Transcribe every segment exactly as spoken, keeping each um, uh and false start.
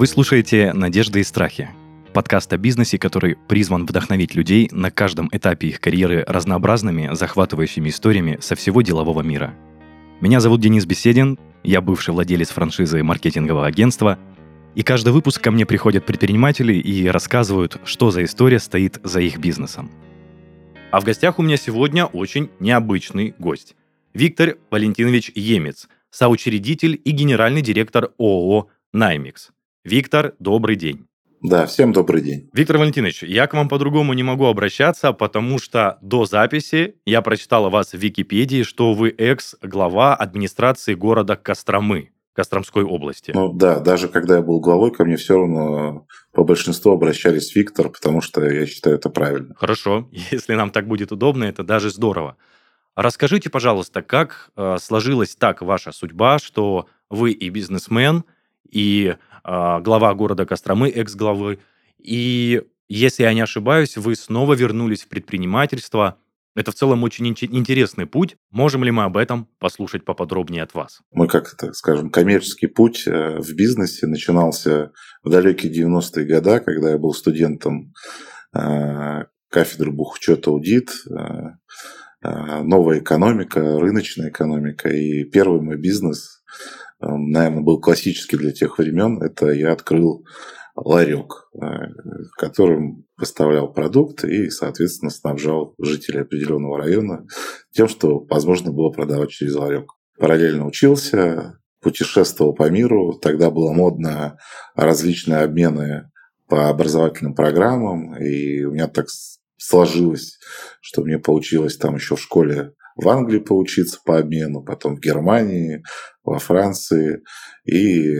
Вы слушаете «Надежды и страхи» — подкаст о бизнесе, который призван вдохновить людей на каждом этапе их карьеры разнообразными, захватывающими историями со всего делового мира. Меня зовут Денис Беседин, я бывший владелец франшизы маркетингового агентства, и каждый выпуск ко мне приходят предприниматели и рассказывают, что за история стоит за их бизнесом. А в гостях у меня сегодня очень необычный гость. Виктор Валентинович Емец, соучредитель и генеральный директор ООО «Наймикс». Виктор, добрый день. Да, всем добрый день. Виктор Валентинович, я к вам по-другому не могу обращаться, потому что до записи я прочитал о вас в Википедии, что вы экс-глава администрации города Костромы, Костромской области. Ну да, даже когда я был главой, ко мне все равно по большинству обращались Виктор, потому что я считаю это правильно. Хорошо, если нам так будет удобно, это даже здорово. Расскажите, пожалуйста, как э, сложилась так ваша судьба, что вы и бизнесмен, и э, глава города Костромы, экс-главы, и, если я не ошибаюсь, вы снова вернулись в предпринимательство. Это в целом очень ин- интересный путь. Можем ли мы об этом послушать поподробнее от вас? Мой, как это, скажем, коммерческий путь э, в бизнесе начинался в далекие девяностые годы, когда я был студентом э, кафедры бухучета аудит, э, новая экономика, рыночная экономика. И первый мой бизнес, наверное, был классический для тех времен. Это я открыл ларек, в котором выставлял продукт и, соответственно, снабжал жителей определенного района тем, что возможно было продавать через ларек. Параллельно учился, путешествовал по миру. Тогда было модно различные обмены по образовательным программам. И у меня так сложилось, что мне получилось там еще в школе в Англии поучиться по обмену, потом в Германии, во Франции. И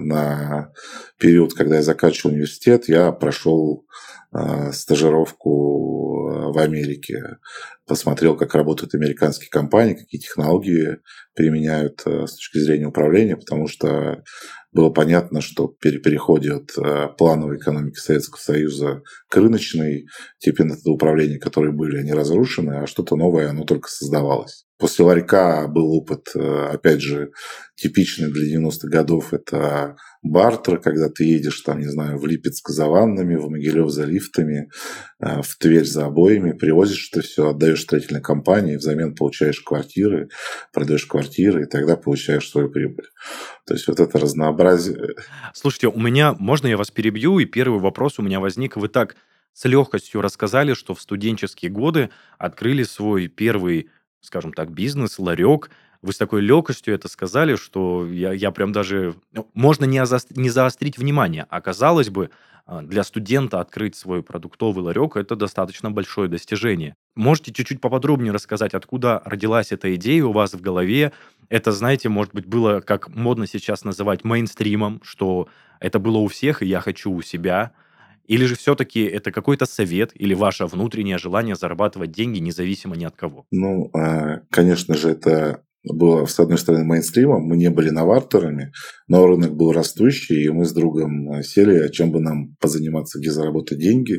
на период, когда я заканчивал университет, я прошел э, стажировку в Америке. Посмотрел, как работают американские компании, какие технологии применяют э, с точки зрения управления, потому что было понятно, что при переходе от э, плановой экономики Советского Союза к рыночной, те методы управления, которые были, они разрушены, а что-то новое, оно только создавалось. После ларька был опыт, э, опять же, типичный для девяностых годов, это бартер, когда ты едешь, там, не знаю, в Липецк за ваннами, в Могилев за лифтами, э, в Тверь за обоями, привозишь это все, отдаешь строительной компании, взамен получаешь квартиры, продаешь квартиры, и тогда получаешь свою прибыль. То есть вот это разнообразие. Слушайте, у меня, можно я вас перебью? И первый вопрос у меня возник. Вы так с легкостью рассказали, что в студенческие годы открыли свой первый, скажем так, бизнес, ларек. Вы с такой легкостью это сказали, что я, я прям даже... ну, можно не, озаст- не заострить внимание, а казалось бы, а, для студента открыть свой продуктовый ларек — это достаточно большое достижение. Можете чуть-чуть поподробнее рассказать, откуда родилась эта идея у вас в голове? Это, знаете, может быть, было, как модно сейчас называть, мейнстримом, что это было у всех, и я хочу у себя? Или же все-таки это какой-то совет или ваше внутреннее желание зарабатывать деньги независимо ни от кого? Ну, э, конечно же, это было, с одной стороны, мейнстримом, мы не были новаторами, но рынок был растущий, и мы с другом сели, о чем бы нам позаниматься, где заработать деньги.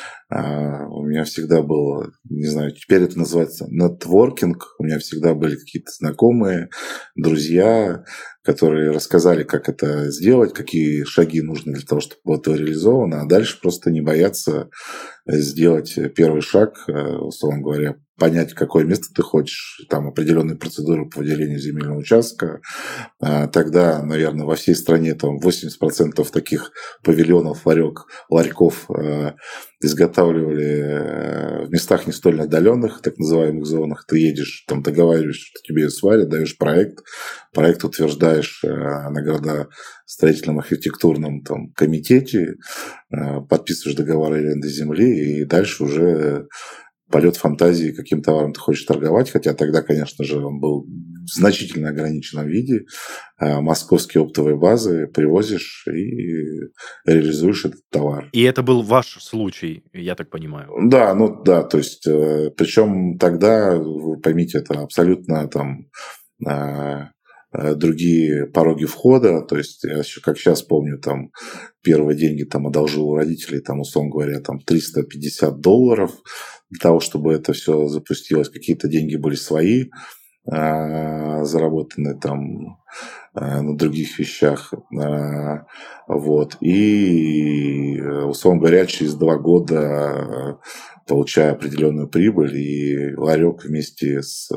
А, у меня всегда было, не знаю, теперь это называется нетворкинг, у меня всегда были какие-то знакомые, друзья, которые рассказали, как это сделать, какие шаги нужны для того, чтобы было это реализовано, а дальше просто не бояться сделать первый шаг, условно говоря, понять, какое место ты хочешь, там определенные процедуры по выделению земельного участка. Тогда, наверное, во всей стране там восемьдесят процентов таких павильонов, ларек, ларьков изготавливали в местах не столь отдаленных, так называемых зонах. Ты едешь, там договариваешься, что тебе сварят, даешь проект, проект утверждаешь на градостроительном архитектурном там, комитете, подписываешь договор аренды земли, и дальше уже полет фантазии, каким товаром ты хочешь торговать, хотя тогда, конечно же, он был в значительно ограниченном виде. Московские оптовые базы привозишь и реализуешь этот товар. И это был ваш случай, я так понимаю. Да, ну да, то есть, причем тогда, вы поймите, это абсолютно там другие пороги входа, то есть я еще, как сейчас помню, там первые деньги там одолжил у родителей, там, условно говоря, там триста пятьдесят долларов для того, чтобы это все запустилось, какие-то деньги были свои, э, заработанные там э, на других вещах. Э, вот. И, э, условно говоря, через два года, э, получая определенную прибыль, и ларек вместе с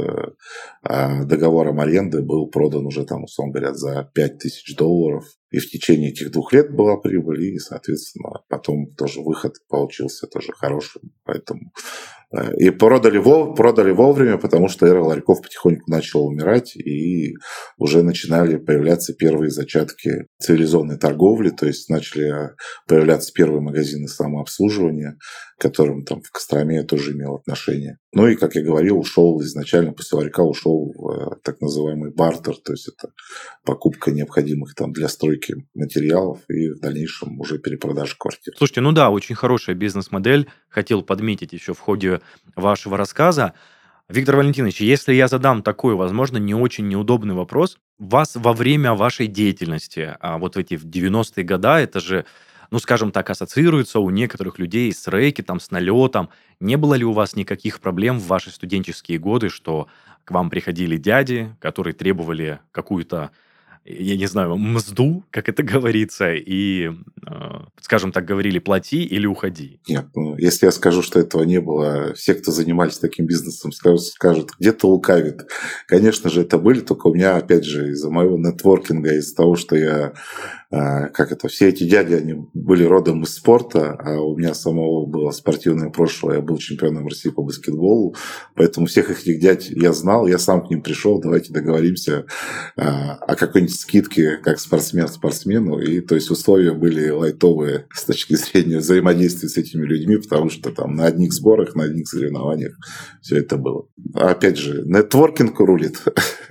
э, договором аренды был продан уже там, условно говоря, за пять тысяч долларов. И в течение этих двух лет была прибыль, и, соответственно, потом тоже выход получился тоже хорошим. Поэтому э, и продали, вов- продали вовремя, потому что эра ларьков потихоньку начала умирать, и уже начинали появляться первые зачатки цивилизованной торговли, то есть начали появляться первые магазины самообслуживания, к которым там в Костроме я тоже имел отношение. Ну и, как я говорил, ушел изначально, после ларька ушел в э, так называемый бартер, то есть это покупка необходимых там для стройки материалов и в дальнейшем уже перепродажа квартир. Слушайте, ну да, очень хорошая бизнес-модель. Хотел подметить еще в ходе вашего рассказа. Виктор Валентинович, если я задам такой, возможно, не очень неудобный вопрос, вас во время вашей деятельности, а вот в эти в девяностые годы, это же, ну, скажем так, ассоциируется у некоторых людей с рэкетом, с налетом. Не было ли у вас никаких проблем в ваши студенческие годы, что к вам приходили дяди, которые требовали какую-то, я не знаю, мзду, как это говорится, и, э, скажем так, говорили, плати или уходи? Нет, ну, если я скажу, что этого не было, все, кто занимались таким бизнесом, скажут, скажут, где-то лукавит. Конечно же, это были, только у меня, опять же, из-за моего нетворкинга, из-за того, что я, а, как это, все эти дяди, они были родом из спорта, а у меня самого было спортивное прошлое, я был чемпионом России по баскетболу, поэтому всех этих дядь я знал, я сам к ним пришел, давайте договоримся а, о какой-нибудь скидке, как спортсмен спортсмену, и то есть условия были лайтовые с точки зрения взаимодействия с этими людьми, потому что там на одних сборах, на одних соревнованиях все это было. А опять же, нетворкинг рулит.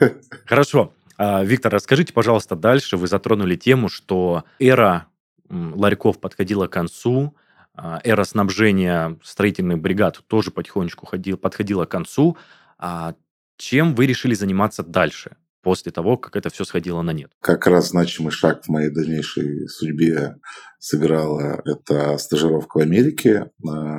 Хорошо. А, Виктор, расскажите, пожалуйста, дальше. Вы затронули тему, что эра м, ларьков подходила к концу, а, эра снабжения строительных бригад тоже потихонечку ходил- подходила к концу. А чем вы решили заниматься дальше, после того, как это все сходило на нет? Как раз значимый шаг в моей дальнейшей судьбе сыграла это стажировка в Америке.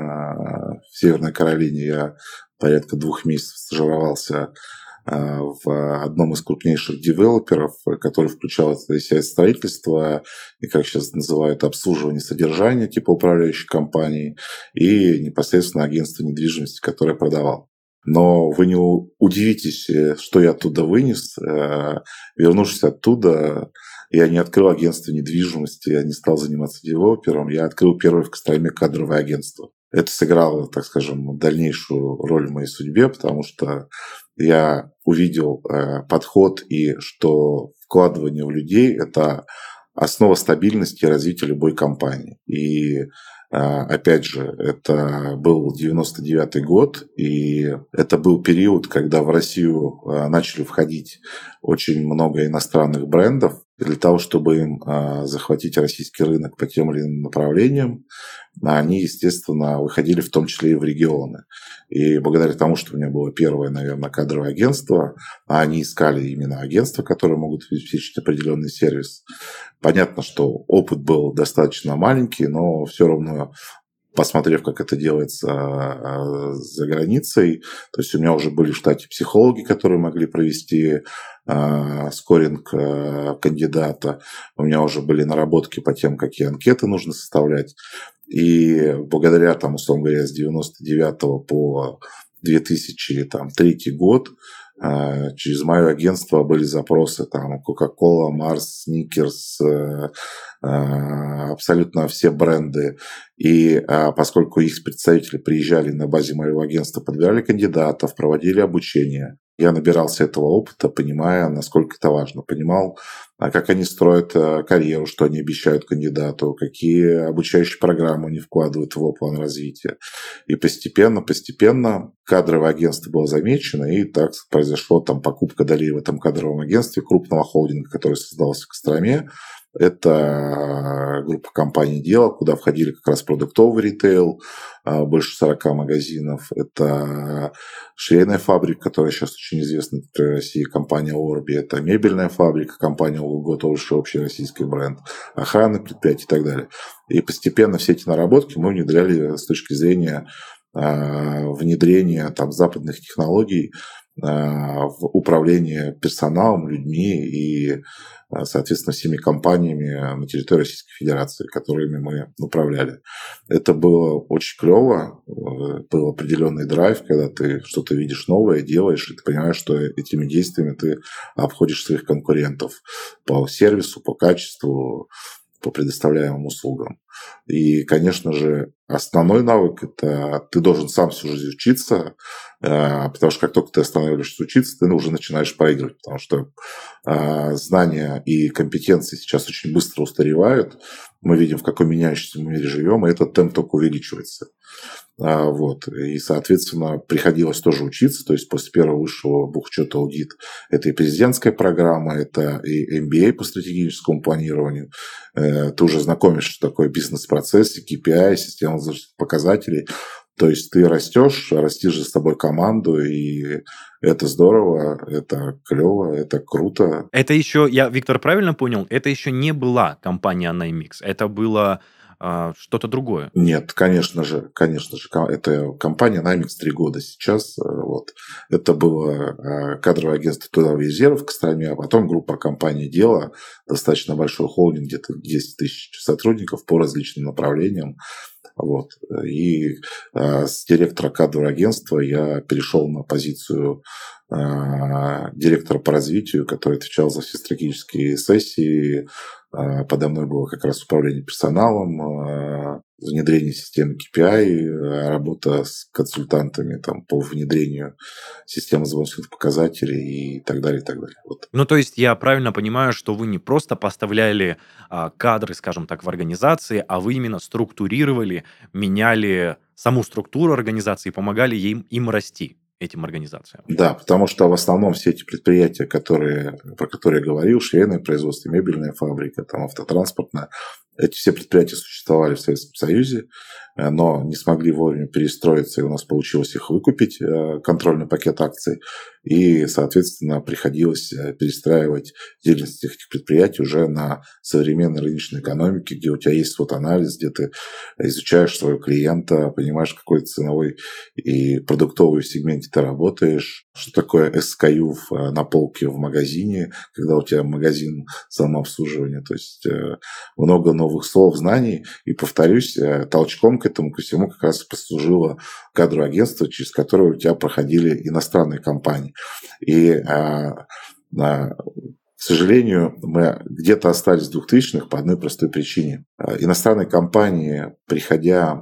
А, В Северной Каролине я порядка двух месяцев стажировался а, в одном из крупнейших девелоперов, который включал в себя строительство и, как сейчас называют, обслуживание содержания типа управляющей компании и непосредственно агентство недвижимости, которое продавал. Но вы не у- удивитесь, э, что я оттуда вынес. Э, Вернувшись оттуда, я не открыл агентство недвижимости, я не стал заниматься девелопером, я открыл первое в Костроме кадровое агентство. Это сыграло, так скажем, дальнейшую роль в моей судьбе, потому что я увидел э, подход и что вкладывание в людей – это основа стабильности и развития любой компании. И а, опять же, это был девяносто девятый год, и это был период, когда в Россию а, начали входить очень много иностранных брендов. И для того, чтобы им а, захватить российский рынок по тем или иным направлениям, они, естественно, выходили в том числе и в регионы. И благодаря тому, что у меня было первое, наверное, кадровое агентство, а они искали именно агентства, которые могут обеспечить определенный сервис. Понятно, что опыт был достаточно маленький, но все равно, посмотрев, как это делается а, за границей, то есть у меня уже были в штате психологи, которые могли провести а, скоринг а, кандидата, у меня уже были наработки по тем, какие анкеты нужно составлять. И благодаря, там, условно говоря, с девяносто девятого по две тысячи третий год а, через мое агентство были запросы там Coca-Cola, Mars, Snickers, э, а, абсолютно все бренды. И а, поскольку их представители приезжали на базе моего агентства, подбирали кандидатов, проводили обучение, я набирался этого опыта, понимая, насколько это важно. Понимал, а как они строят э, карьеру, что они обещают кандидату, какие обучающие программы они вкладывают в его план развития. И постепенно, постепенно кадровое агентство было замечено, и так произошла там покупка долей в этом кадровом агентстве крупного холдинга, который создался в Костроме. Это группа компаний «Дело», куда входили как раз продуктовый ритейл, больше сорока магазинов. Это швейная фабрика, которая сейчас очень известна в России, компания «Орби». Это мебельная фабрика, компания «Ого», тоже общероссийский бренд, охранные предприятия и так далее. И постепенно все эти наработки мы внедряли с точки зрения внедрения там, западных технологий в управление персоналом, людьми и, соответственно, всеми компаниями на территории Российской Федерации, которыми мы управляли. Это было очень клево, был определенный драйв, когда ты что-то видишь новое, делаешь, и ты понимаешь, что этими действиями ты обходишь своих конкурентов по сервису, по качеству, по предоставляемым услугам. И, конечно же, основной навык – это ты должен сам всю жизнь учиться, потому что как только ты останавливаешься учиться, ты уже начинаешь проигрывать, потому что знания и компетенции сейчас очень быстро устаревают. Мы видим, в каком меняющемся мире живем, и этот темп только увеличивается. Вот. И, соответственно, приходилось тоже учиться. То есть после первого высшего бухучета аудит это и президентская программа, это и эм би эй по стратегическому планированию. Ты уже знакомишься, что такое бизнес-процесс, кей пи ай, система показателей. То есть ты растешь, растишь же с тобой команду, и это здорово, это клево, это круто. Это еще, я, Виктор, правильно понял, это еще не была компания Nymix, это было а, что-то другое? Нет, конечно же, конечно же, это компания Nymix три года сейчас. Вот. Это было кадровое агентство трудовых резервов в Костроме, а потом группа компаний «Дело», достаточно большой холдинг, где-то десять тысяч сотрудников по различным направлениям. Вот. И а, с директора кадрового агентства я перешел на позицию а, директора по развитию, который отвечал за все стратегические сессии. А, подо мной было как раз управление персоналом, а, внедрение системы кей пи ай, работа с консультантами там, по внедрению системы звоночных показателей и так далее, и так далее. Вот. Ну, то есть я правильно понимаю, что вы не просто поставляли а, кадры, скажем так, в организации, а вы именно структурировали, меняли саму структуру организации, помогали им, им расти, этим организациям. Да, потому что в основном все эти предприятия, которые, про которые я говорил, швейное производство, мебельная фабрика, там, автотранспортная, эти все предприятия существовали в Советском Союзе, но не смогли вовремя перестроиться, и у нас получилось их выкупить, контрольный пакет акций, и, соответственно, приходилось перестраивать деятельность этих предприятий уже на современной рыночной экономике, где у тебя есть свод-анализ, где ты изучаешь своего клиента, понимаешь, в какой ценовой и продуктовой сегменте ты работаешь, что такое эс кей ю на полке в магазине, когда у тебя магазин самообслуживания, то есть много новых слов, знаний, и, повторюсь, толчком к этому ко всему как раз послужило кадровое агентство, через которое у тебя проходили иностранные компании. И, а, а, к сожалению, мы где-то остались в двухтысячных по одной простой причине. Иностранные компании, приходя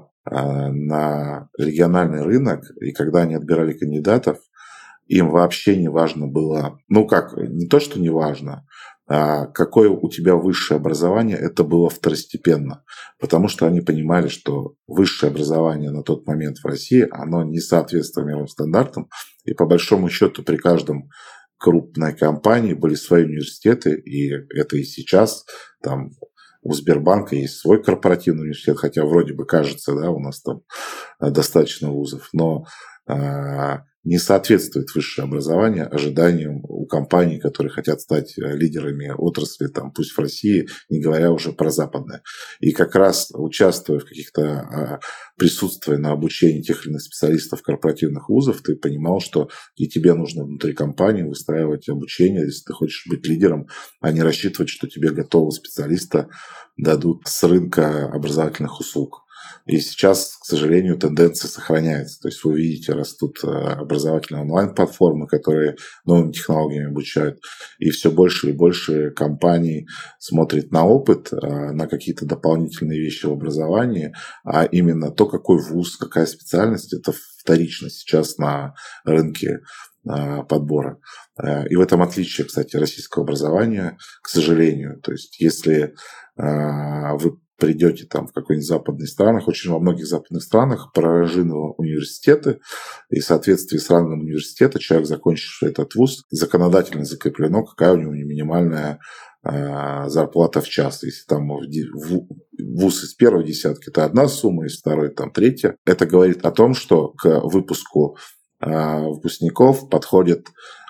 на региональный рынок, и когда они отбирали кандидатов, им вообще не важно было, ну как, не то, что не важно, а какое у тебя высшее образование, это было второстепенно, потому что они понимали, что высшее образование на тот момент в России, оно не соответствует мировым стандартам, и по большому счету при каждом крупной компании были свои университеты, и это и сейчас, там, у Сбербанка есть свой корпоративный университет, хотя вроде бы кажется, да, у нас там достаточно вузов, но а, не соответствует высшее образование ожиданиям у компаний, которые хотят стать лидерами отрасли, там, пусть в России, не говоря уже про западное. И как раз участвуя в каких-то, а, присутствуя на обучении тех или иных специалистов корпоративных вузов, ты понимал, что и тебе нужно внутри компании выстраивать обучение, если ты хочешь быть лидером, а не рассчитывать, что тебе готового специалиста дадут с рынка образовательных услуг. И сейчас, к сожалению, тенденция сохраняется. То есть вы видите, растут образовательные онлайн-платформы, которые новыми технологиями обучают. И все больше и больше компаний смотрят на опыт, на какие-то дополнительные вещи в образовании, а именно то, какой вуз, какая специальность, это вторично сейчас на рынке подбора. И в этом отличие, кстати, российского образования, к сожалению. То есть если вы придете там в какой-нибудь западных странах, очень во многих западных странах пророжены университеты, и в соответствии с рангом университета человек, закончивший этот вуз, законодательно закреплено, какая у него минимальная э, зарплата в час. Если там вуз из первой десятки, это одна сумма, из второй там третья. Это говорит о том, что к выпуску э, выпускников подходит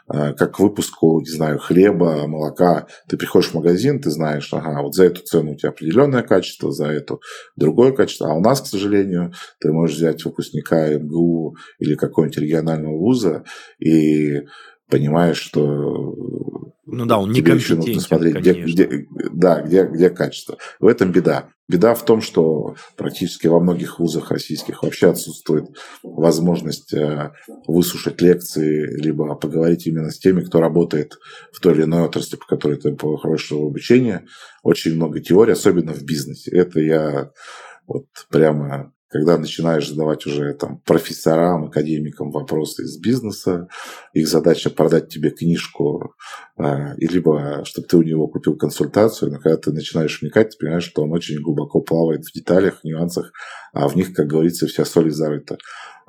э, как к выпуску, не знаю, хлеба, молока. Ты приходишь в магазин, ты знаешь, ага, вот за эту цену у тебя определенное качество, за эту другое качество. А у нас, к сожалению, ты можешь взять выпускника эм гэ у или какого-нибудь регионального вуза и понимаешь, что Ну да, он тебе еще нужно некомпетентен, смотреть, где, конечно. где, да, где, где качество. В этом беда. Беда в том, что практически во многих вузах российских вообще отсутствует возможность э, выслушать лекции, либо поговорить именно с теми, кто работает в той или иной отрасли, по которой ты проходишь обучение. Очень много теорий, особенно в бизнесе. Это я вот прямо... Когда начинаешь задавать уже там профессорам, академикам вопросы из бизнеса, их задача продать тебе книжку, э, и либо чтобы ты у него купил консультацию, но когда ты начинаешь вникать, ты понимаешь, что он очень глубоко плавает в деталях, в нюансах, а в них, как говорится, вся соль зарыта.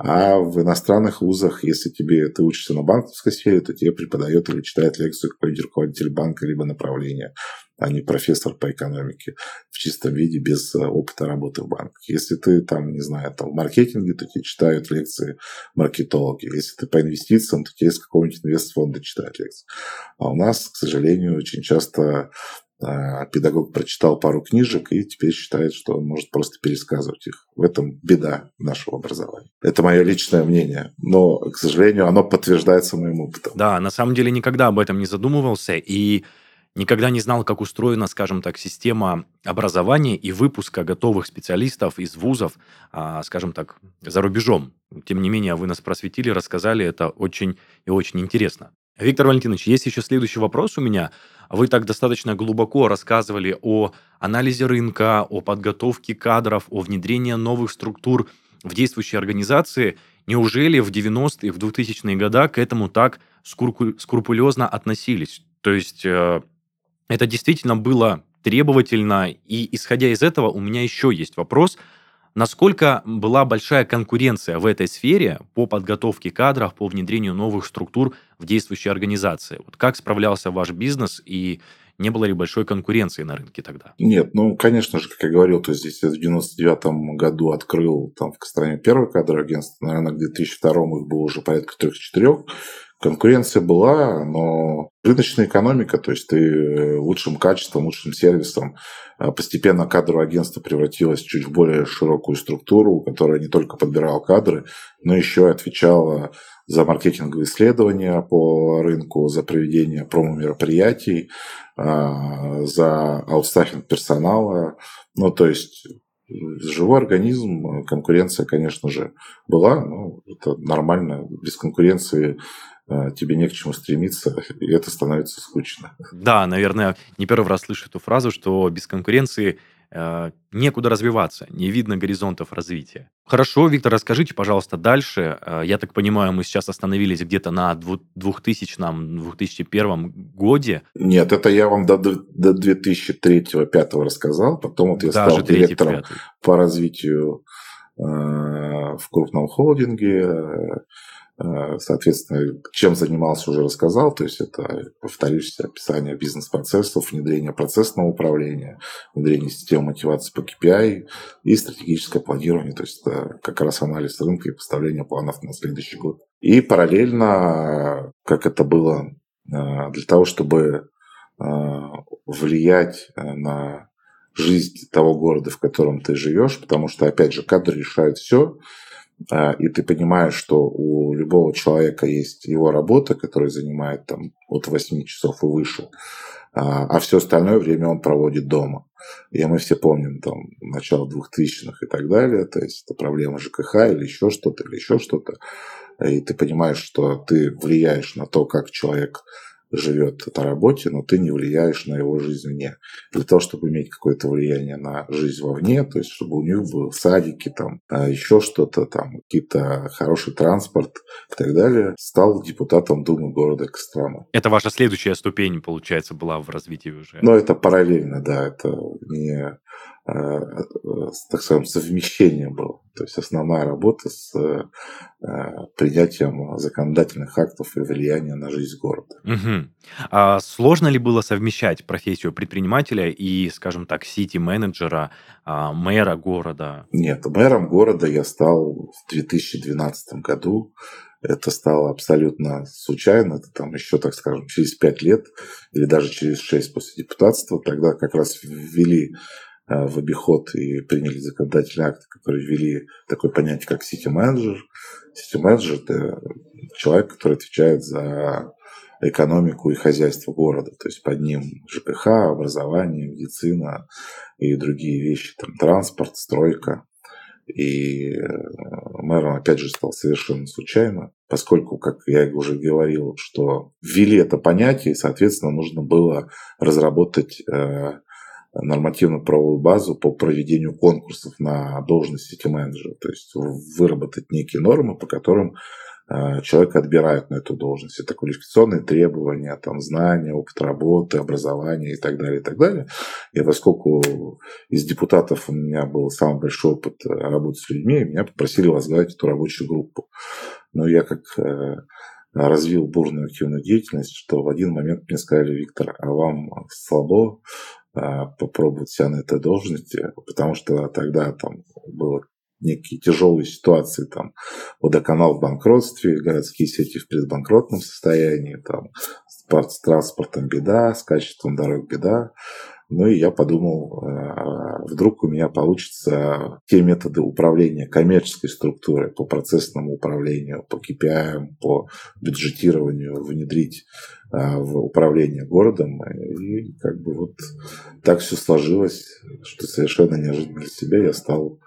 А в иностранных вузах, если тебе ты учишься на банковской сфере, то тебе преподает или читает лекцию какой-нибудь руководитель банка либо направления, а не профессор по экономике в чистом виде, без опыта работы в банках. Если ты там, не знаю, там в маркетинге, то тебе читают лекции маркетологи. Если ты по инвестициям, то тебе из какого-нибудь инвестфонда читают лекции. А у нас, к сожалению, очень часто э, педагог прочитал пару книжек и теперь считает, что он может просто пересказывать их. В этом беда нашего образования. Это мое личное мнение, но, к сожалению, оно подтверждается моим опытом. Да, на самом деле никогда об этом не задумывался и никогда не знал, как устроена, скажем так, система образования и выпуска готовых специалистов из вузов, а, скажем так, за рубежом. Тем не менее, вы нас просветили, рассказали, это очень и очень интересно. Виктор Валентинович, есть еще следующий вопрос у меня. Вы так достаточно глубоко рассказывали о анализе рынка, о подготовке кадров, о внедрении новых структур в действующие организации. Неужели в девяностые, в двухтысячные годы к этому так скурку- скрупулезно относились? То есть э, это действительно было требовательно, и исходя из этого у меня еще есть вопрос. Насколько была большая конкуренция в этой сфере по подготовке кадров, по внедрению новых структур в действующие организации? Вот как справлялся ваш бизнес, и не было ли большой конкуренции на рынке тогда? Нет, ну, конечно же, как я говорил, то есть здесь я в девяносто девятом году открыл там в Костроме первое кадровое агентство, наверное, к две тысячи второму их было уже порядка трех-четырех. Конкуренция была, но рыночная экономика, то есть ты лучшим качеством, лучшим сервисом, постепенно кадровое агентство превратилось в чуть более широкую структуру, которая не только подбирала кадры, но еще и отвечала за маркетинговые исследования по рынку, за проведение промо-мероприятий, за аутстаффинг персонала. Ну, то есть живой организм, конкуренция, конечно же, была, но это нормально, без конкуренции тебе не к чему стремиться, и это становится скучно. Да, наверное, не первый раз слышу эту фразу, что без конкуренции э, некуда развиваться, не видно горизонтов развития. Хорошо, Виктор, расскажите, пожалуйста, дальше. Э, Я так понимаю, мы сейчас остановились где-то на дву- двухтысячном, две тысячи первом годе, Нет, это я вам до, до две тысячи третьего-пятого рассказал, потом вот я даже стал третий, директором пятый. по развитию э, в крупном холдинге. Э, Соответственно, чем занимался, уже рассказал. То есть это, повторюсь, описание бизнес-процессов, внедрение процессного управления, внедрение системы мотивации по кей пи ай и стратегическое планирование. То есть это как раз анализ рынка и поставление планов на следующий год. И параллельно, как это было, э, для того, чтобы э, влиять э, на жизнь того города, в котором ты живешь, потому что, опять же, кадры решают все, и ты понимаешь, что у любого человека есть его работа, которая занимает там от восьми часов и выше, а все остальное время он проводит дома. И мы все помним там начало двухтысячных и так далее, то есть это проблема жэ ка ха или еще что-то, или еще что-то. И ты понимаешь, что ты влияешь на то, как человек живет на работе, но ты не влияешь на его жизнь вне. Для того, чтобы иметь какое-то влияние на жизнь вовне, то есть чтобы у них был садики, там, еще что-то, там, какие-то хороший транспорт и так далее, стал депутатом Думы города Кострома. Это ваша следующая ступень, получается, была в развитии уже. Но это параллельно, да, это не, так скажем, совмещение было. То есть основная работа с принятием законодательных актов и влияния на жизнь города. Мгм. А сложно ли было совмещать профессию предпринимателя и, скажем так, сити-менеджера, а, мэра города? Нет, мэром города я стал в две тысячи двенадцатом году. Это стало абсолютно случайно. Это там еще, так скажем, через пять лет или даже через шесть после депутатства. Тогда как раз ввели э, в обиход и приняли законодательные акты, которые ввели такое понятие, как сити-менеджер. Сити-менеджер – это человек, который отвечает за экономику и хозяйство города. То есть под ним ЖКХ, образование, медицина и другие вещи, там транспорт, стройка. И э, мэром, опять же, стал совершенно случайно, поскольку, как я уже говорил, что ввели это понятие, и, соответственно, нужно было разработать э, нормативно-правовую базу по проведению конкурсов на должность сити-менеджера, то есть выработать некие нормы, по которым э, человека отбирают на эту должность. Это квалификационные требования, там, знания, опыт работы, образование и так далее, и так далее. И поскольку из депутатов у меня был самый большой опыт работы с людьми, меня попросили возглавить эту рабочую группу. Но я как э, развил бурную активную деятельность, что в один момент мне сказали: Виктор, а вам слабо э, попробовать себя на этой должности, потому что тогда там было некие тяжелые ситуации, там, водоканал в банкротстве, городские сети в предбанкротном состоянии, там, с транспортом беда, с качеством дорог беда. Ну и я подумал, вдруг у меня получится те методы управления коммерческой структурой по процессному управлению, по кей пи ай, по бюджетированию внедрить в управление городом. И как бы вот так все сложилось, что совершенно неожиданно для себя я стал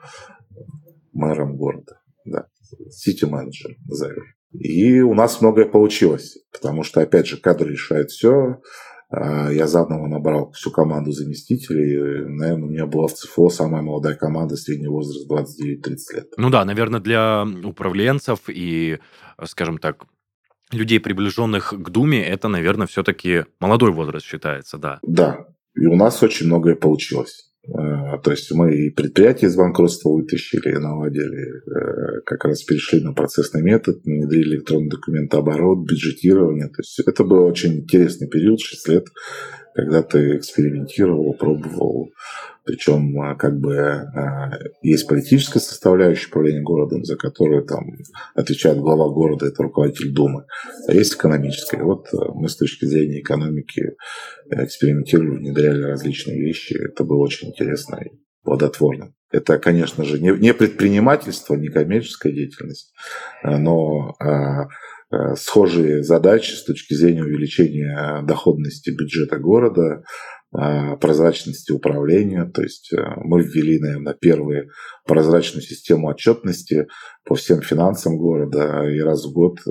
мэром города. Да, сити-менеджер назовем. И у нас многое получилось, потому что, опять же, кадры решают все. Я заново набрал всю команду заместителей. Наверное, у меня была в ЦФО самая молодая команда, средний возраст двадцать девять тридцать лет. Ну да, наверное, для управленцев и, скажем так, людей, приближенных к Думе, это, наверное, все-таки молодой возраст считается, да. Да, и у нас очень многое получилось. То есть мы и предприятие из банкротства вытащили, наладили, как раз перешли на процессный метод, внедрили электронный документооборот, бюджетирование. То есть это был очень интересный период, шесть лет, когда ты экспериментировал, пробовал. Причем как бы есть политическая составляющая управления городом, за которую там отвечает глава города, это руководитель Думы. А есть экономическая. Вот мы с точки зрения экономики экспериментировали, внедряли различные вещи. Это было очень интересно и плодотворно. Это, конечно же, не предпринимательство, не коммерческая деятельность, но схожие задачи с точки зрения увеличения доходности бюджета города, прозрачности управления. То есть мы ввели, наверное, первую прозрачную систему отчетности по всем финансам города, и раз в год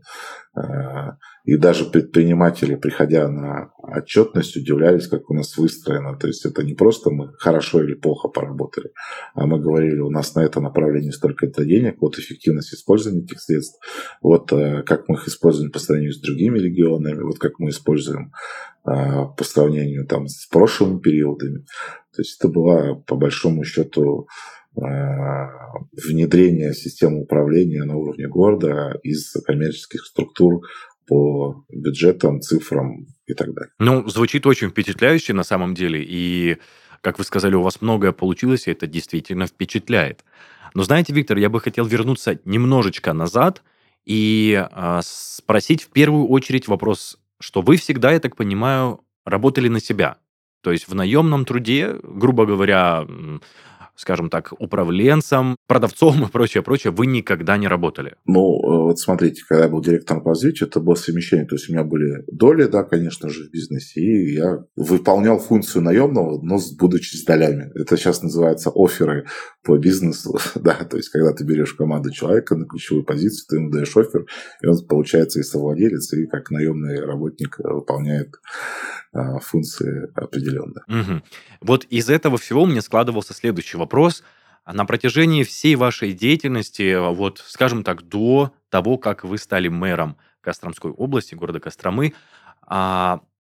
и даже предприниматели, приходя на отчетность, удивлялись, как у нас выстроено. То есть это не просто мы хорошо или плохо поработали, а мы говорили, у нас на это направление столько-то денег, вот эффективность использования этих средств, вот как мы их используем по сравнению с другими регионами, вот как мы используем по сравнению там, с прошлыми периодами. То есть это было, по большому счету, внедрение системы управления на уровне города из коммерческих структур по бюджетам, цифрам и так далее. Ну, звучит очень впечатляюще на самом деле. И, как вы сказали, у вас многое получилось, и это действительно впечатляет. Но знаете, Виктор, я бы хотел вернуться немножечко назад и э, спросить в первую очередь вопрос, что вы всегда, я так понимаю, работали на себя. То есть в наемном труде, грубо говоря, скажем так, управленцем, продавцом и прочее, прочее, вы никогда не работали? Ну, вот смотрите, когда я был директором по развитию, это было совмещение. То есть у меня были доли, да, конечно же, в бизнесе, и я выполнял функцию наемного, но будучи с долями. Это сейчас называется офферы по бизнесу, да, то есть когда ты берешь команду человека на ключевую позицию, ты ему даешь оффер, и он, получается, и совладелец, и как наемный работник выполняет функции определенные. Угу. Вот из этого всего у меня складывался следующий вопрос. На протяжении всей вашей деятельности, вот, скажем так, до того, как вы стали мэром Костромской области, города Костромы, а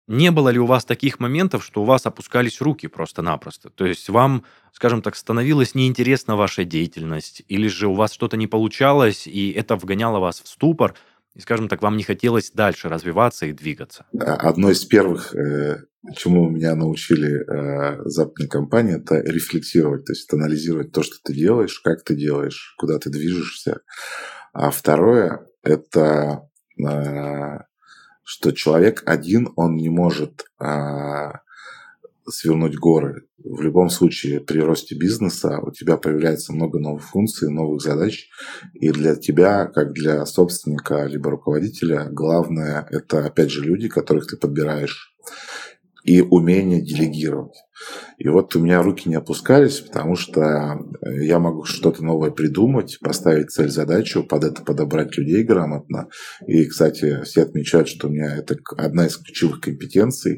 Не было ли у вас таких моментов, что у вас опускались руки просто-напросто? То есть вам, скажем так, становилась неинтересна ваша деятельность, или же у вас что-то не получалось, и это вгоняло вас в ступор, и, скажем так, вам не хотелось дальше развиваться и двигаться? А, Одно из первых, э, чему меня научили э, западные компании, это рефлексировать, то есть анализировать то, что ты делаешь, как ты делаешь, куда ты движешься. А второе, это э, что человек один, он не может а, свернуть горы. В любом случае, при росте бизнеса у тебя появляется много новых функций, новых задач, и для тебя, как для собственника либо руководителя, главное – это, опять же, люди, которых ты подбираешь, и умение делегировать. И вот у меня руки не опускались, потому что я могу что-то новое придумать, поставить цель, задачу, под это подобрать людей грамотно. И, кстати, все отмечают, что у меня это одна из ключевых компетенций,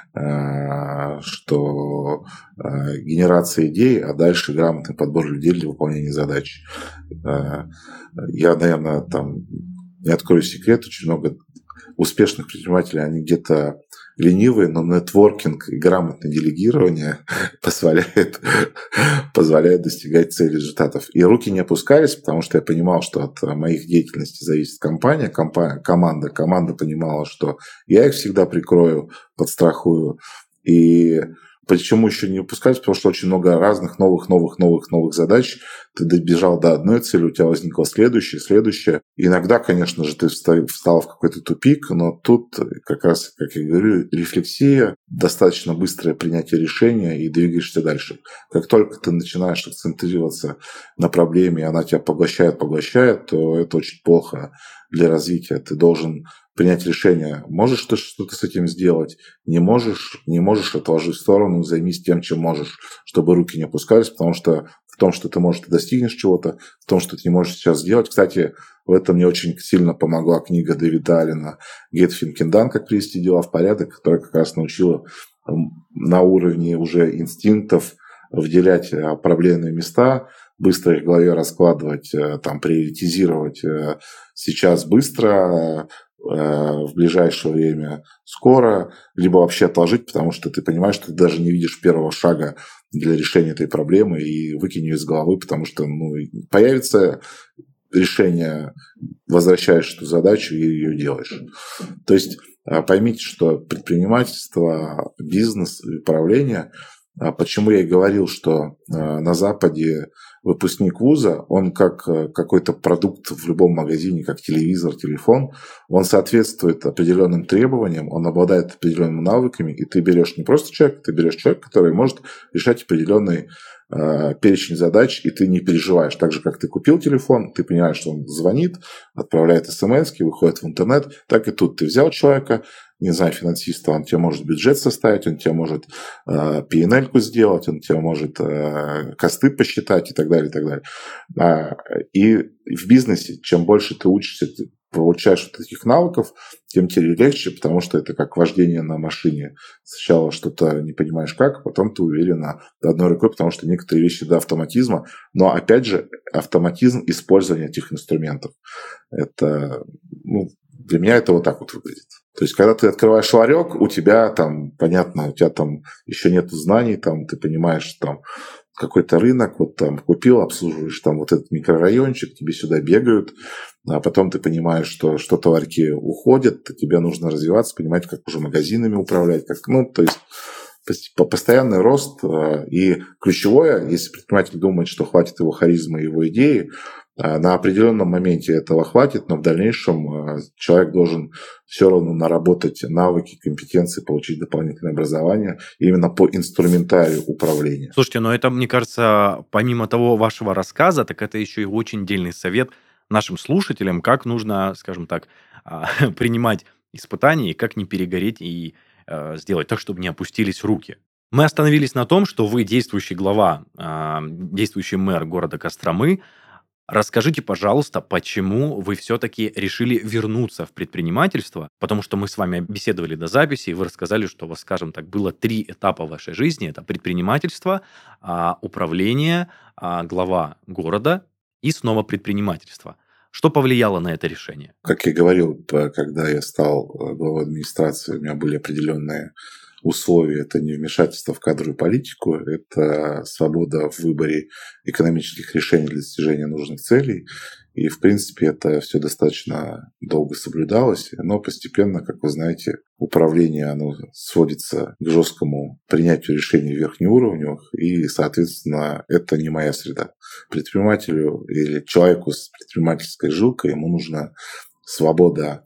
э, что э, генерация идей, а дальше грамотный подбор людей для выполнения задач. Э, Я, наверное, там не открою секрет, очень много успешных предпринимателей, они где-то ленивые, но нетворкинг и грамотное делегирование позволяет, позволяет достигать цели, результатов. И руки не опускались, потому что я понимал, что от моих деятельностей зависит компания, компания команда. Команда понимала, что я их всегда прикрою, подстрахую. И почему еще не упускать? Потому что очень много разных новых, новых, новых, новых задач. Ты добежал до одной цели, у тебя возникла следующая, следующая. Иногда, конечно же, ты встал в какой-то тупик, но тут как раз, как я говорю, рефлексия, достаточно быстрое принятие решения и двигаешься дальше. Как только ты начинаешь акцентрироваться на проблеме, и она тебя поглощает, поглощает, то это очень плохо для развития. Ты должен принять решение, можешь ты что-то с этим сделать, не можешь, не можешь, отложи в сторону, займись тем, чем можешь, чтобы руки не опускались, потому что в том, что ты можешь, ты достигнешь чего-то, в том, что ты не можешь сейчас сделать. Кстати, в этом мне очень сильно помогла книга Дэвида Аллена «Get Thinking Done. Как привести дела в порядок», которая как раз научила на уровне уже инстинктов выделять проблемные места, быстро их в голове раскладывать, там, приоритизировать сейчас быстро, в ближайшее время скоро, либо вообще отложить, потому что ты понимаешь, что ты даже не видишь первого шага для решения этой проблемы и выкинь ее из головы, потому что ну, появится решение, возвращаешь эту задачу и ее делаешь. То есть поймите, что предпринимательство, бизнес и управление, почему я и говорил, что на Западе выпускник вуза, он как какой-то продукт в любом магазине, как телевизор, телефон, он соответствует определенным требованиям, он обладает определенными навыками, и ты берешь не просто человека, ты берешь человека, который может решать определенный э, перечень задач, и ты не переживаешь. Так же, как ты купил телефон, ты понимаешь, что он звонит, отправляет смс, выходит в интернет, так и тут ты взял человека, не знаю, финансиста, он тебе может бюджет составить, он тебе может э, пи эн эль-ку сделать, он тебе может э, косты посчитать и так далее, и так далее. А, и в бизнесе, чем больше ты учишься, ты получаешь вот таких навыков, тем тебе легче, потому что это как вождение на машине. Сначала что-то не понимаешь как, потом ты уверенно одной рукой, потому что некоторые вещи до автоматизма, но опять же автоматизм использования этих инструментов. Это, ну, для меня это вот так вот выглядит. То есть, когда ты открываешь ларек, у тебя там, понятно, у тебя там еще нет знаний, там ты понимаешь, там какой-то рынок, вот там купил, обслуживаешь там вот этот микрорайончик, тебе сюда бегают, а потом ты понимаешь, что что-то ларьки уходят, тебе нужно развиваться, понимать, как уже магазинами управлять, как, ну, то есть постоянный рост. И ключевое, если предприниматель думает, что хватит его харизмы и его идеи, на определенном моменте этого хватит, но в дальнейшем человек должен все равно наработать навыки, компетенции, получить дополнительное образование именно по инструментарию управления. Слушайте, но это, мне кажется, помимо того вашего рассказа, так это еще и очень дельный совет нашим слушателям, как нужно, скажем так, а, принимать испытания и как не перегореть и э, сделать так, чтобы не опустились руки. Мы остановились на том, что вы действующий глава, а, действующий мэр города Костромы. Расскажите, пожалуйста, почему вы все-таки решили вернуться в предпринимательство? Потому что мы с вами беседовали до записи, и вы рассказали, что у вас, скажем так, было три этапа вашей жизни. Это предпринимательство, а, управление, а, глава города и снова предпринимательство. Что повлияло на это решение? Как я говорил, когда я стал главой администрации, у меня были определенные условия. Это не вмешательство в кадровую политику, это свобода в выборе экономических решений для достижения нужных целей. И, в принципе, это все достаточно долго соблюдалось, но постепенно, как вы знаете, управление оно сводится к жесткому принятию решений верхнеуровневых, и, соответственно, это не моя среда. Предпринимателю или человеку с предпринимательской жилкой ему нужна свобода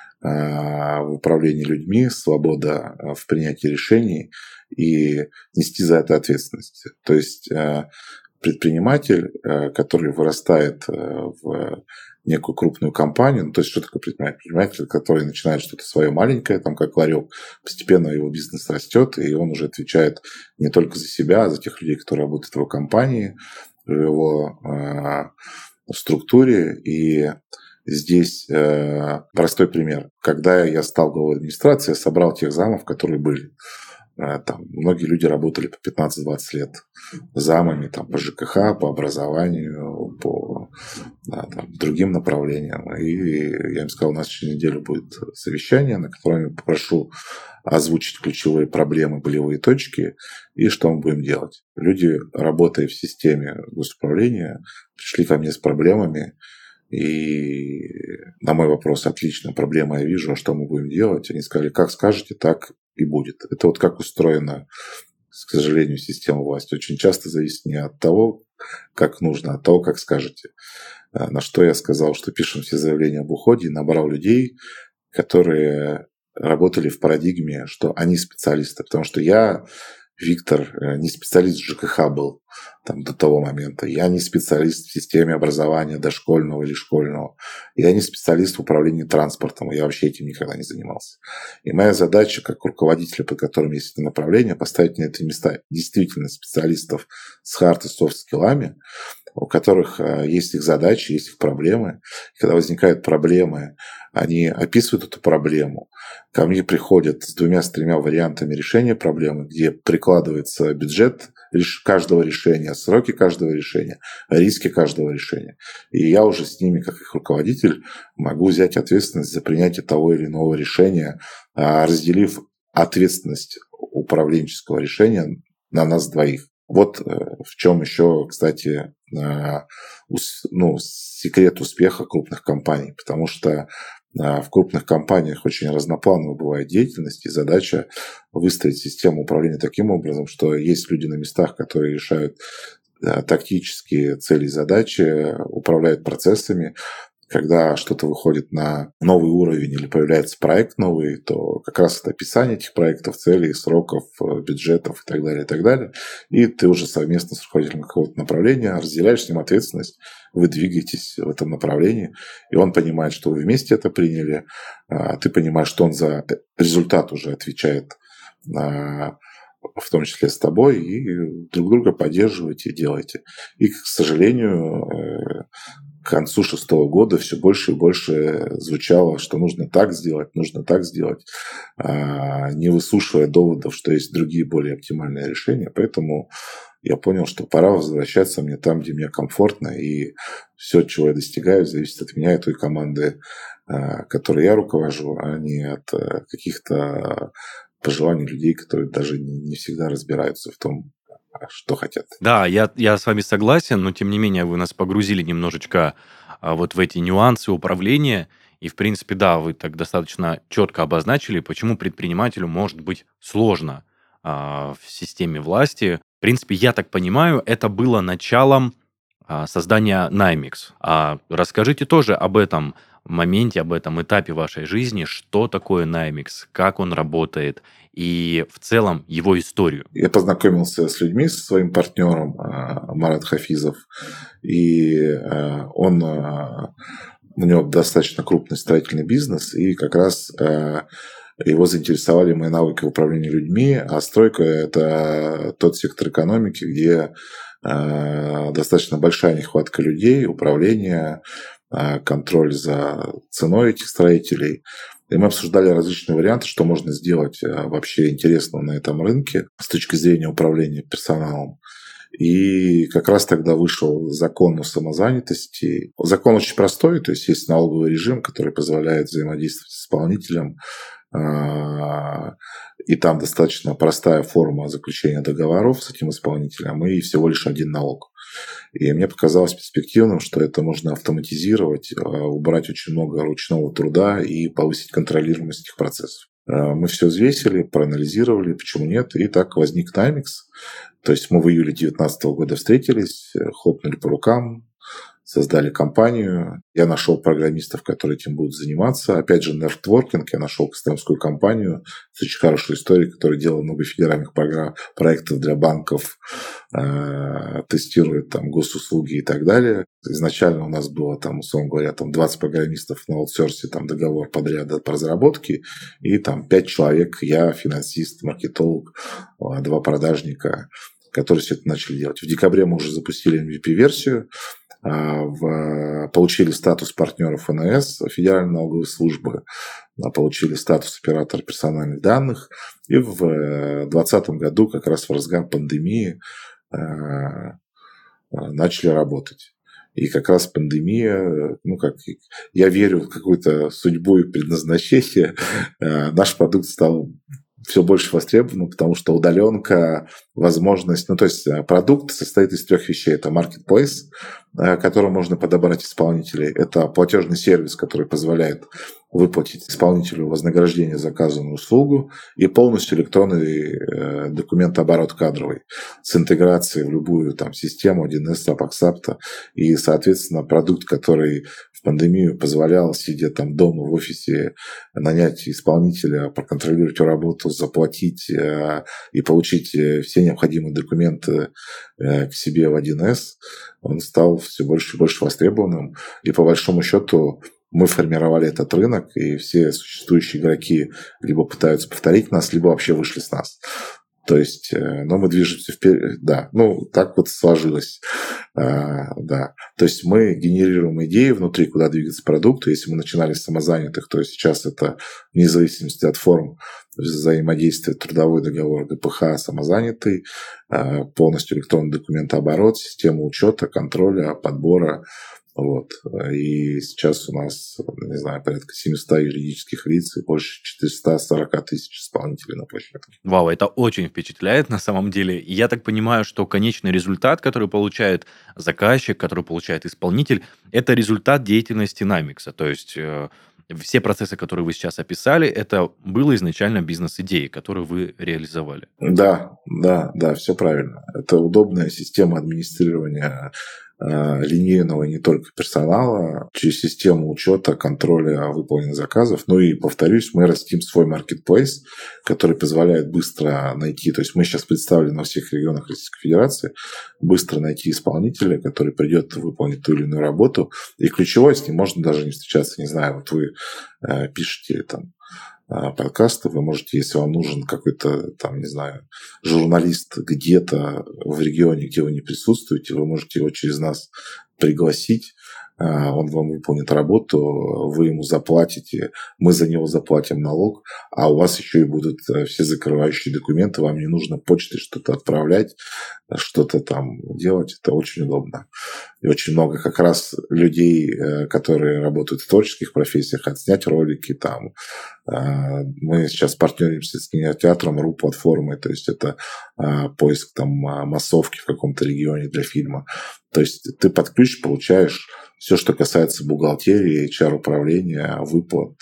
в управлении людьми, свобода в принятии решений и нести за это ответственность. То есть предприниматель, который вырастает в некую крупную компанию, ну, то есть что такое предприниматель? Предприниматель, который начинает что-то свое маленькое, там как ларек, постепенно его бизнес растет, и он уже отвечает не только за себя, а за тех людей, которые работают в его компании, в его э, структуре. И здесь э, простой пример. Когда я стал главой администрации, я собрал тех замов, которые были. Там, многие люди работали по пятнадцать-двадцать лет замами там, по ЖКХ, по образованию, по да, там, другим направлениям. И я им сказал, у нас через неделю будет совещание, на котором я попрошу озвучить ключевые проблемы, болевые точки и что мы будем делать. Люди, работая в системе госуправления, пришли ко мне с проблемами. И на мой вопрос, отлично, проблема я вижу, а что мы будем делать? Они сказали, как скажете, так и будет. Это вот как устроена, к сожалению, система власти. Очень часто зависит не от того, как нужно, а от того, как скажете. На что я сказал, что пишем все заявления об уходе, и набрал людей, которые работали в парадигме, что они специалисты. Потому что я, Виктор, не специалист в ЖКХ был там, до того момента. Я не специалист в системе образования дошкольного или школьного. Я не специалист в управлении транспортом. Я вообще этим никогда не занимался. И моя задача, как руководителя, под которым есть это направление, поставить на эти места действительно специалистов с хард и софт-скиллами, у которых есть их задачи, есть их проблемы. И когда возникают проблемы, они описывают эту проблему. Ко мне приходят с двумя, с тремя вариантами решения проблемы, где прикладывается бюджет каждого решения, сроки каждого решения, риски каждого решения. И я уже с ними, как их руководитель, могу взять ответственность за принятие того или иного решения, разделив ответственность управленческого решения на нас двоих. Вот в чем еще, кстати, ну, секрет успеха крупных компаний. Потому что в крупных компаниях очень разноплановая бывает деятельность, и задача выстроить систему управления таким образом, что есть люди на местах, которые решают тактические цели и задачи, управляют процессами. Когда что-то выходит на новый уровень или появляется проект новый, то как раз это описание этих проектов, целей, сроков, бюджетов и так далее, и так далее. И ты уже совместно с руководителем какого-то направления разделяешь с ним ответственность, вы двигаетесь в этом направлении, и он понимает, что вы вместе это приняли, а ты понимаешь, что он за результат уже отвечает, в том числе с тобой, и друг друга поддерживаете и делаете. И, к сожалению, к концу шестого года все больше и больше звучало, что нужно так сделать, нужно так сделать, не выслушивая доводов, что есть другие более оптимальные решения. Поэтому я понял, что пора возвращаться мне там, где мне комфортно, и все, чего я достигаю, зависит от меня и той команды, которой я руковожу, а не от каких-то пожеланий людей, которые даже не всегда разбираются в том, что хотят. Да, я, я с вами согласен, но тем не менее вы нас погрузили немножечко а, вот в эти нюансы управления. И, в принципе, да, вы так достаточно четко обозначили, почему предпринимателю может быть сложно а, в системе власти. В принципе, я так понимаю, это было началом а, создания Наймикс. А расскажите тоже об этом моменте, об этом этапе вашей жизни, что такое Наймикс, как он работает и в целом его историю. Я познакомился с людьми, со своим партнером Марат Хафизов, и он, у него достаточно крупный строительный бизнес, и как раз его заинтересовали мои навыки управления людьми, а стройка – это тот сектор экономики, где достаточно большая нехватка людей, управления, контроль за ценой этих строителей. И мы обсуждали различные варианты, что можно сделать вообще интересного на этом рынке с точки зрения управления персоналом. И как раз тогда вышел закон о самозанятости. Закон очень простой, то есть есть налоговый режим, который позволяет взаимодействовать с исполнителем, и там достаточно простая форма заключения договоров с этим исполнителем и всего лишь один налог. И мне показалось перспективным, что это можно автоматизировать, убрать очень много ручного труда и повысить контролируемость этих процессов. Мы все взвесили, проанализировали, почему нет, и так возник Таймикс. То есть мы в июле две тысячи девятнадцатого года встретились, хлопнули по рукам, создали компанию. Я нашел программистов, которые этим будут заниматься. Опять же, нетворкинг. Я нашел кастомскую компанию с очень хорошей историей, которая делала много федеральных программ, проектов для банков, э, тестирует там госуслуги и так далее. Изначально у нас было, там, условно говоря, там двадцать программистов на аутсорсе, там договор подряда по разработке, и там пять человек, я, финансист, маркетолог, два продажника, которые все это начали делать. В декабре мы уже запустили эм ви пи-версию, в, получили статус партнеров эн а эс, Федеральной налоговой службы, получили статус оператора персональных данных, и в двадцатом году, как раз в разгар пандемии, начали работать. И как раз пандемия, ну как, я верю в какую-то судьбу и предназначение, наш продукт стал все больше востребовано, потому что удаленка, возможность... Ну, то есть продукт состоит из трех вещей. Это marketplace, который можно подобрать исполнителей. Это платежный сервис, который позволяет выплатить исполнителю вознаграждение за оказанную услугу, и полностью электронный документооборот кадровый с интеграцией в любую там систему, один эс, Апаксапта, и, соответственно, продукт, который в пандемию позволял, сидя там дома в офисе, нанять исполнителя, проконтролировать его работу, заплатить э, и получить все необходимые документы э, к себе в один эс, он стал все больше и больше востребованным. И по большому счету мы формировали этот рынок, и все существующие игроки либо пытаются повторить нас, либо вообще вышли с нас. То есть, но мы движемся вперед, да, ну, так вот сложилось, а, да. То есть мы генерируем идеи внутри, куда двигаться продукту. Если мы начинали с самозанятых, то сейчас это вне зависимости от форм взаимодействия, трудовой договор, гэ пэ ха, самозанятый, полностью электронный документооборот, система учета, контроля, подбора. Вот. И сейчас у нас, не знаю, порядка семьсот юридических лиц и больше четыреста сорок тысяч исполнителей на площадке. Вау, это очень впечатляет на самом деле. И я так понимаю, что конечный результат, который получает заказчик, который получает исполнитель, это результат деятельности Наймикса. То есть э, все процессы, которые вы сейчас описали, это было изначально бизнес-идеей, которую вы реализовали. Да, да, да, все правильно. Это удобная система администрирования линейного не только персонала, через систему учета, контроля выполненных заказов. Ну и, повторюсь, мы растим свой marketplace, который позволяет быстро найти, то есть мы сейчас представлены во всех регионах Российской Федерации, быстро найти исполнителя, который придет выполнить ту или иную работу. И ключевое, с ним можно даже не встречаться, не знаю, вот вы э, пишете там подкасты, вы можете, если вам нужен какой-то, там, не знаю, журналист где-то в регионе, где вы не присутствуете, вы можете его через нас пригласить, он вам выполнит работу, вы ему заплатите, мы за него заплатим налог, а у вас еще и будут все закрывающие документы, вам не нужно почтой что-то отправлять, что-то там делать, это очень удобно. И очень много как раз людей, которые работают в творческих профессиях, отснять ролики там. Мы сейчас партнеримся с кинотеатром РУ платформой, то есть это поиск там массовки в каком-то регионе для фильма. То есть ты под ключ получаешь все, что касается бухгалтерии, эйч ар-управления, выплат,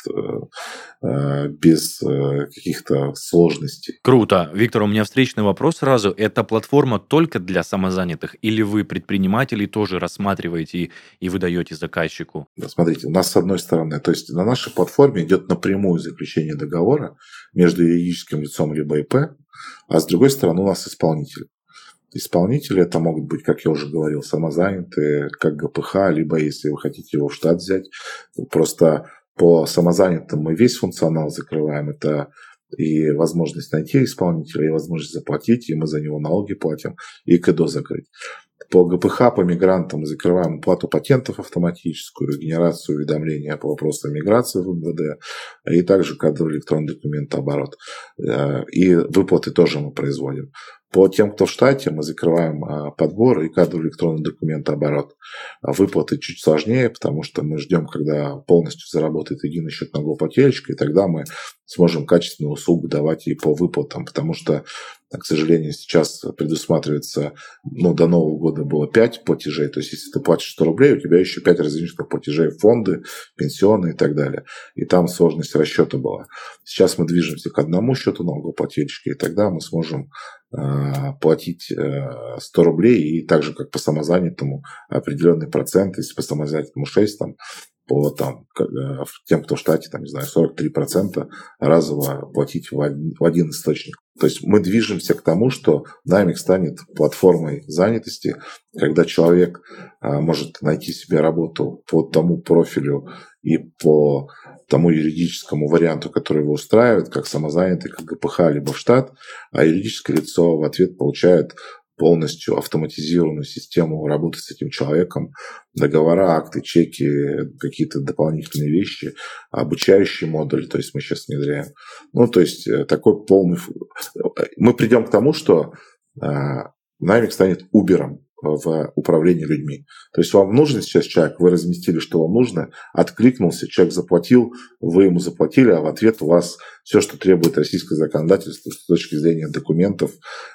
без каких-то сложностей. Круто. Виктор, у меня встречный вопрос сразу. Это платформа только для самозанятых или вы предпринимателей тоже рассматриваете и, и выдаете заказчику? Смотрите, у нас с одной стороны, то есть на нашей платформе идет напрямую заключение договора между юридическим лицом либо ИП, а с другой стороны у нас исполнитель. Исполнители это могут быть, как я уже говорил, самозанятые, как гэ пэ ха, либо если вы хотите его в штат взять. Просто по самозанятым мы весь функционал закрываем. Это и возможность найти исполнителя, и возможность заплатить, и мы за него налоги платим, и КЭДО закрыть. По ГПХ, по мигрантам мы закрываем уплату патентов автоматическую, генерацию уведомления по вопросам миграции в МВД, и также кадровый электронный документооборот. И выплаты тоже мы производим. По тем, кто в штате, мы закрываем подбор и кадровый электронный документооборот. Выплаты чуть сложнее, потому что мы ждем, когда полностью заработает единый счет налогоплательщика, и тогда мы сможем качественную услугу давать и по выплатам, потому что, к сожалению, сейчас предусматривается, ну, до Нового года было пять платежей, то есть если ты платишь сто рублей, у тебя еще пять различных платежей в фонды, пенсионные и так далее. И там сложность расчета была. Сейчас мы движемся к одному счету налогоплательщика, и тогда мы сможем платить сто рублей, и так же, как по самозанятому, определенный процент, если по самозанятому шесть, там, по там, тем, кто в штате, там, не знаю, сорок три процента разово платить в один, в один источник. То есть мы движемся к тому, что Даймик станет платформой занятости, когда человек а, может найти себе работу по тому профилю и по тому юридическому варианту, который его устраивает, как самозанятый, как ГПХ, либо в штат, а юридическое лицо в ответ получает полностью автоматизированную систему работы с этим человеком, договора, акты, чеки, какие-то дополнительные вещи, обучающий модуль, то есть мы сейчас внедряем. Ну, то есть такой полный... Мы придем к тому, что Dynamics станет Uber'ом в управлении людьми. То есть вам нужен сейчас человек, вы разместили, что вам нужно, откликнулся, человек заплатил, вы ему заплатили, а в ответ у вас все, что требует российское законодательство с точки зрения документов,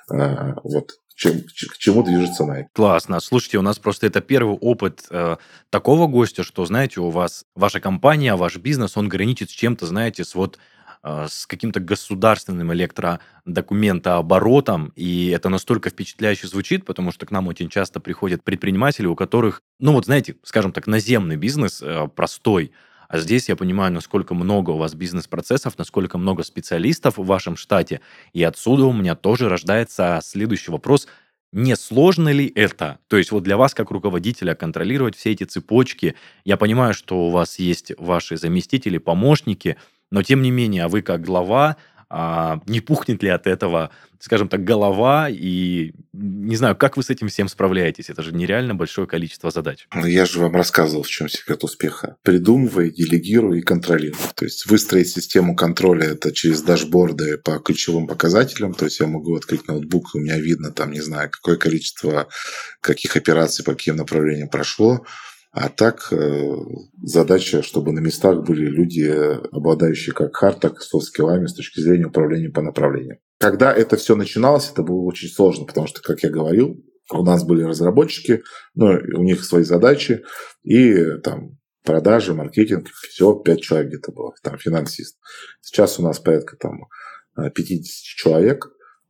вот, чем, к чему движется Nike. Классно. Слушайте, у нас просто это первый опыт э, такого гостя, что, знаете, у вас ваша компания, ваш бизнес, он граничит с чем-то, знаете, с вот э, с каким-то государственным электродокументооборотом, и это настолько впечатляюще звучит, потому что к нам очень часто приходят предприниматели, у которых, ну вот, знаете, скажем так, наземный бизнес, э, простой. А здесь я понимаю, насколько много у вас бизнес-процессов, насколько много специалистов в вашем штате. И отсюда у меня тоже рождается следующий вопрос. Не сложно ли это? То есть вот для вас, как руководителя, контролировать все эти цепочки. Я понимаю, что у вас есть ваши заместители, помощники, но тем не менее, а вы как глава, а, не пухнет ли от этого, скажем так, голова? И не знаю, как вы с этим всем справляетесь? Это же нереально большое количество задач. Я же вам рассказывал, в чем секрет успеха. Придумывай, делегируй и контролируй. То есть выстроить систему контроля это через дашборды по ключевым показателям. То есть я могу открыть ноутбук, и у меня видно там, не знаю, какое количество каких операций по каким направлениям прошло. А так задача, чтобы на местах были люди, обладающие как хард, так и софт-скиллами с точки зрения управления по направлениям. Когда это все начиналось, это было очень сложно, потому что, как я говорил, у нас были разработчики, ну, у них свои задачи, и там продажи, маркетинг, всего пять человек где-то было, там финансист. Сейчас у нас порядка там пятьдесят человек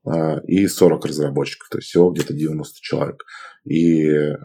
и сорок разработчиков, то есть всего где-то девяносто человек. И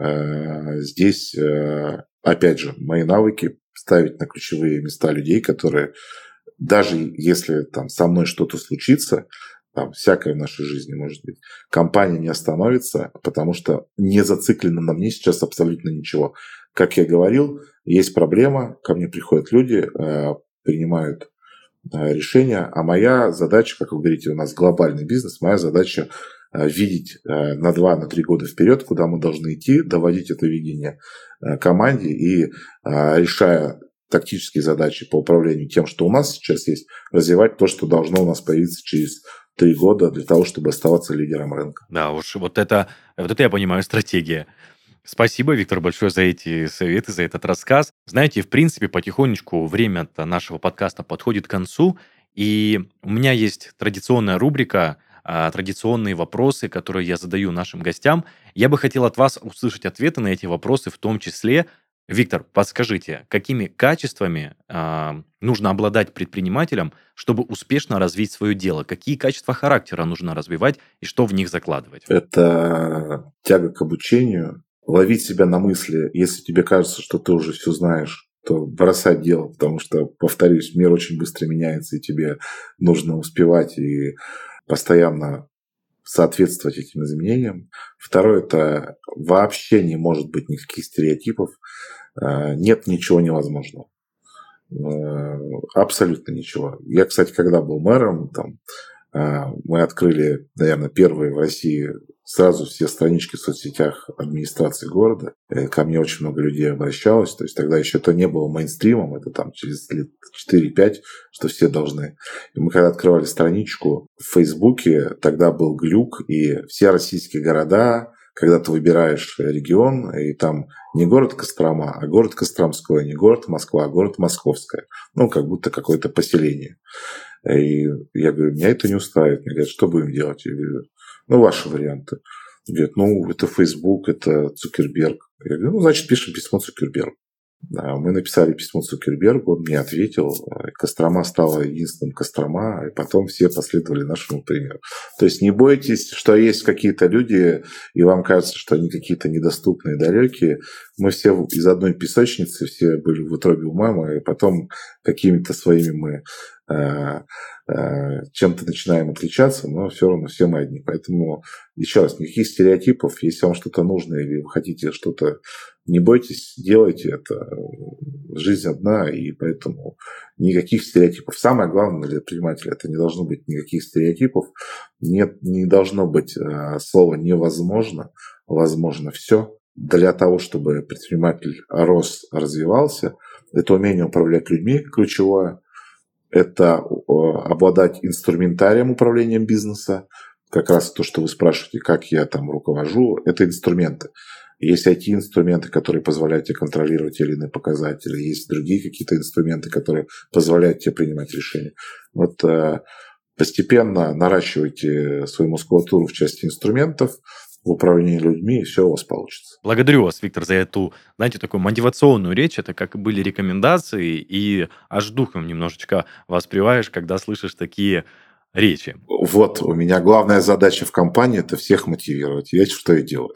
э, здесь, э, опять же, мои навыки ставить на ключевые места людей, которые, даже если там со мной что-то случится, там всякое в нашей жизни может быть, компания не остановится, потому что не зациклено на мне сейчас абсолютно ничего. Как я говорил, есть проблема, ко мне приходят люди, э, принимают решения, а моя задача, как вы говорите, у нас глобальный бизнес, моя задача видеть на два, на три года вперед, куда мы должны идти, доводить это видение команде и, решая тактические задачи по управлению тем, что у нас сейчас есть, развивать то, что должно у нас появиться через три года для того, чтобы оставаться лидером рынка. Да уж, вот это, вот это я понимаю стратегия. Спасибо, Виктор, большое за эти советы, за этот рассказ. Знаете, в принципе, потихонечку время нашего подкаста подходит к концу, и у меня есть традиционная рубрика, а, традиционные вопросы, которые я задаю нашим гостям. Я бы хотел от вас услышать ответы на эти вопросы, в том числе, Виктор, подскажите, какими качествами а, нужно обладать предпринимателям, чтобы успешно развить свое дело? Какие качества характера нужно развивать и что в них закладывать? Это тяга к обучению, ловить себя на мысли, если тебе кажется, что ты уже все знаешь, то бросать дело, потому что, повторюсь, мир очень быстро меняется, и тебе нужно успевать и постоянно соответствовать этим изменениям. Второе – это вообще не может быть никаких стереотипов, нет ничего невозможного. Абсолютно ничего. Я, кстати, когда был мэром, там, мы открыли, наверное, первый в России сразу все странички в соцсетях администрации города. Ко мне очень много людей обращалось. То есть тогда еще это не было мейнстримом, это там через лет четыре-пять, что все должны. И мы когда открывали страничку в Фейсбуке, тогда был глюк, и все российские города, когда ты выбираешь регион, и там не город Кострома, а город Костромской, не город Москва, а город Московская. Ну, как будто какое-то поселение. И я говорю, меня это не устраивает. Мне говорят, что будем делать? Я говорю, ну, ваши варианты. Говорят, ну, это Facebook, это Цукерберг. Я говорю, ну, значит, пишем письмо Цукербергу. Да, мы написали письмо Цукербергу, он мне ответил. Кострома стала единственным Кострома, и потом все последовали нашему примеру. То есть не бойтесь, что есть какие-то люди, и вам кажется, что они какие-то недоступные, далекие. Мы все из одной песочницы, все были в утробе у мамы, и потом какими-то своими мы э, э, чем-то начинаем отличаться, но все равно все мы одни. Поэтому, еще раз, никаких стереотипов. Если вам что-то нужно или вы хотите что-то, не бойтесь, делайте это. Жизнь одна, и поэтому никаких стереотипов. Самое главное для предпринимателя — это не должно быть никаких стереотипов. Нет, не должно быть э, слова «невозможно». Возможно все. Для того, чтобы предприниматель рос, развивался, это умение управлять людьми ключевое. Это э, обладать инструментарием управления бизнеса. Как раз то, что вы спрашиваете, как я там руковожу, это инструменты. Есть ай ти-инструменты, которые позволяют тебе контролировать те или иные показатели. Есть другие какие-то инструменты, которые позволяют тебе принимать решения. Вот э, постепенно наращивайте свою мускулатуру в части инструментов, в управлении людьми, и все у вас получится. Благодарю вас, Виктор, за эту, знаете, такую мотивационную речь. Это как были рекомендации, и аж духом немножечко воспреваешь, когда слышишь такие речи. Вот, у меня главная задача в компании – это всех мотивировать. Я что и делаю.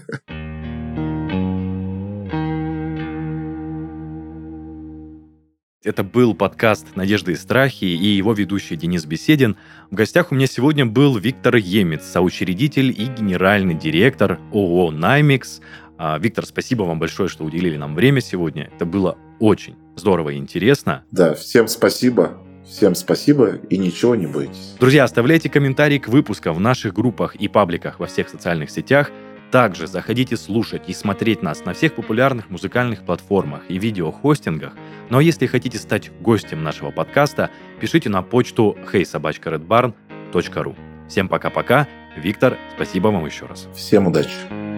Это был подкаст «Надежды и страхи» и его ведущий Денис Беседин. В гостях у меня сегодня был Виктор Емец, соучредитель и генеральный директор ООО «Наймикс». Виктор, спасибо вам большое, что уделили нам время сегодня. Это было очень здорово и интересно. Да, всем спасибо. Всем спасибо и ничего не бойтесь. Друзья, оставляйте комментарии к выпускам в наших группах и пабликах во всех социальных сетях. Также заходите слушать и смотреть нас на всех популярных музыкальных платформах и видеохостингах. Ну а если хотите стать гостем нашего подкаста, пишите на почту хей собака ред барн точка ру. Всем пока-пока. Виктор, спасибо вам еще раз. Всем удачи.